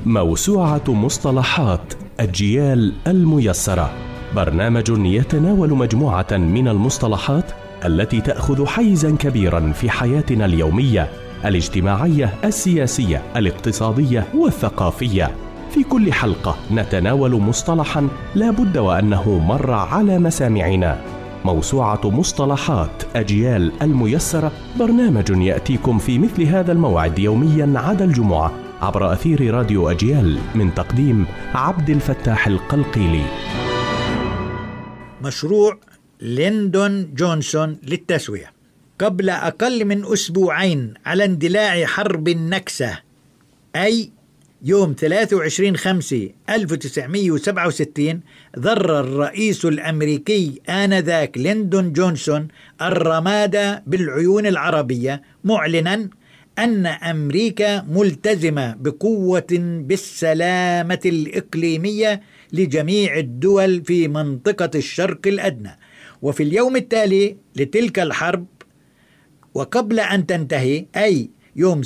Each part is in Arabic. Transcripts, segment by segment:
موسوعة مصطلحات أجيال الميسرة، برنامج يتناول مجموعة من المصطلحات التي تأخذ حيزاً كبيراً في حياتنا اليومية الاجتماعية، السياسية، الاقتصادية والثقافية. في كل حلقة نتناول مصطلحاً لا بد وأنه مر على مسامعنا. موسوعة مصطلحات أجيال الميسرة، برنامج يأتيكم في مثل هذا الموعد يومياً عدا الجمعة عبر أثير راديو أجيال، من تقديم عبد الفتاح القلقيلي. مشروع ليندون جونسون للتسوية. قبل أقل من أسبوعين على اندلاع حرب النكسة، أي يوم 23/5/1967، ذر الرئيس الأمريكي آنذاك ليندون جونسون الرماد بالعيون العربية، معلنا أن أمريكا ملتزمة بقوة بالسلامة الإقليمية لجميع الدول في منطقة الشرق الأدنى. وفي اليوم التالي لتلك الحرب وقبل أن تنتهي، أي يوم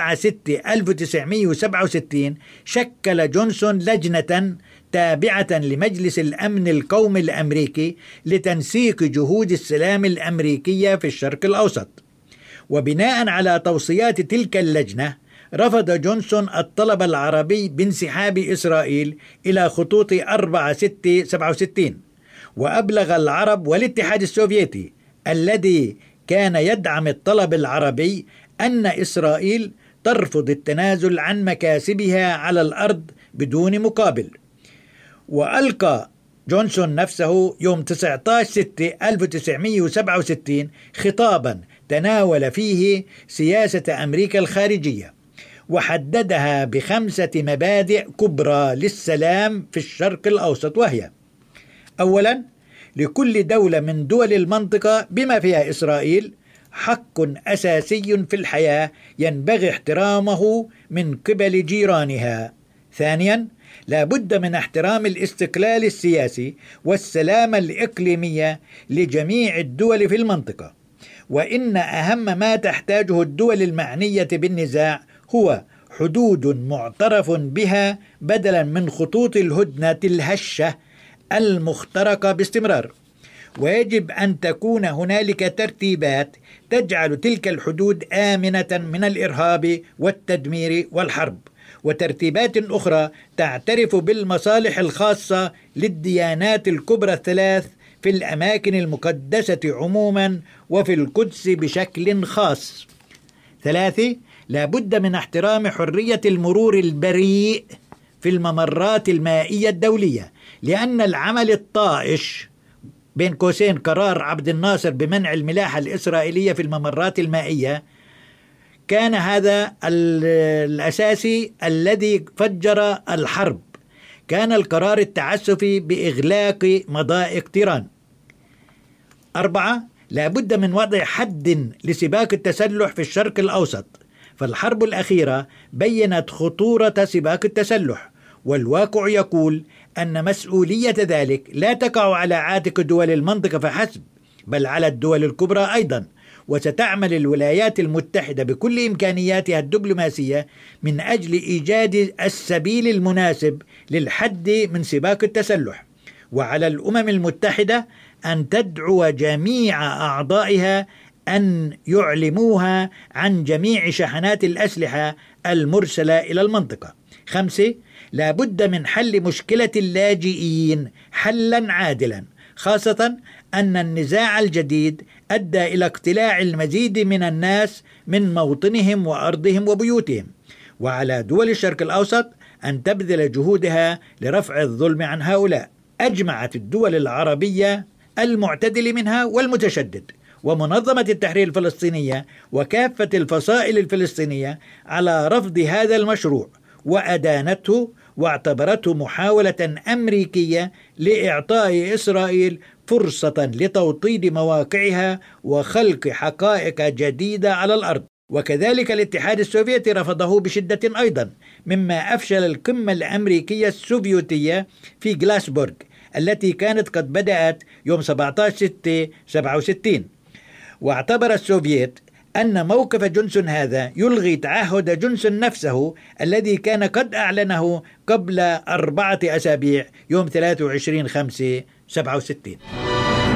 7/6/1967، شكل جونسون لجنة تابعة لمجلس الأمن القومي الأمريكي لتنسيق جهود السلام الأمريكية في الشرق الأوسط. وبناء على توصيات تلك اللجنة، رفض جونسون الطلب العربي بانسحاب إسرائيل إلى خطوط 4/6/67، وأبلغ العرب والاتحاد السوفيتي الذي كان يدعم الطلب العربي أن إسرائيل ترفض التنازل عن مكاسبها على الأرض بدون مقابل. وألقى جونسون نفسه يوم 19/6/1967 خطابا تناول فيه سياسة أمريكا الخارجية، وحددها ب5 مبادئ كبرى للسلام في الشرق الأوسط، وهي: أولا، لكل دولة من دول المنطقة بما فيها إسرائيل حق أساسي في الحياة ينبغي احترامه من قبل جيرانها. ثانيا، لا بد من احترام الاستقلال السياسي والسلامة الإقليمية لجميع الدول في المنطقة، وإن أهم ما تحتاجه الدول المعنية بالنزاع هو حدود معترف بها بدلا من خطوط الهدنة الهشة المخترقة باستمرار. ويجب أن تكون هنالك ترتيبات تجعل تلك الحدود آمنة من الإرهاب والتدمير والحرب، وترتيبات أخرى تعترف بالمصالح الخاصة للديانات الكبرى الثلاث في الأماكن المقدسة عموما وفي القدس بشكل خاص. 3، لا بد من احترام حرية المرور البريء في الممرات المائية الدولية، لأن العمل الطائش بين قوسين قرار عبد الناصر بمنع الملاحة الإسرائيلية في الممرات المائية كان هذا الأساسي الذي فجر الحرب. كان القرار التعسفي بإغلاق مضائق تيران. 4، لا بد من وضع حد لسباق التسلح في الشرق الأوسط، فالحرب الأخيرة بيّنت خطورة سباق التسلح، والواقع يقول أن مسؤولية ذلك لا تقع على عاتق دول المنطقة فحسب، بل على الدول الكبرى أيضا. وستعمل الولايات المتحدة بكل إمكانياتها الدبلوماسية من أجل إيجاد السبيل المناسب للحد من سباق التسلح، وعلى الأمم المتحدة أن تدعو جميع أعضائها أن يعلموها عن جميع شحنات الأسلحة المرسلة إلى المنطقة. 5، لا بد من حل مشكلة اللاجئين حلا عادلا، خاصة أن النزاع الجديد أدى إلى اقتلاع المزيد من الناس من موطنهم وأرضهم وبيوتهم. وعلى دول الشرق الأوسط أن تبذل جهودها لرفع الظلم عن هؤلاء. أجمعت الدول العربية المعتدل منها والمتشدد ومنظمة التحرير الفلسطينية وكافة الفصائل الفلسطينية على رفض هذا المشروع، وأدانته واعتبرته محاولة أمريكية لإعطاء إسرائيل فرصة لتوطيد مواقعها وخلق حقائق جديدة على الأرض. وكذلك الاتحاد السوفيتي رفضه بشدة أيضا، مما أفشل القمة الأمريكية السوفيتية في غلاسبورغ التي كانت قد بدأت يوم 17/6/67. واعتبر السوفييت أن موقف جونسون هذا يلغي تعهد جونسون نفسه الذي كان قد أعلنه قبل 4 أسابيع يوم 23/5/67.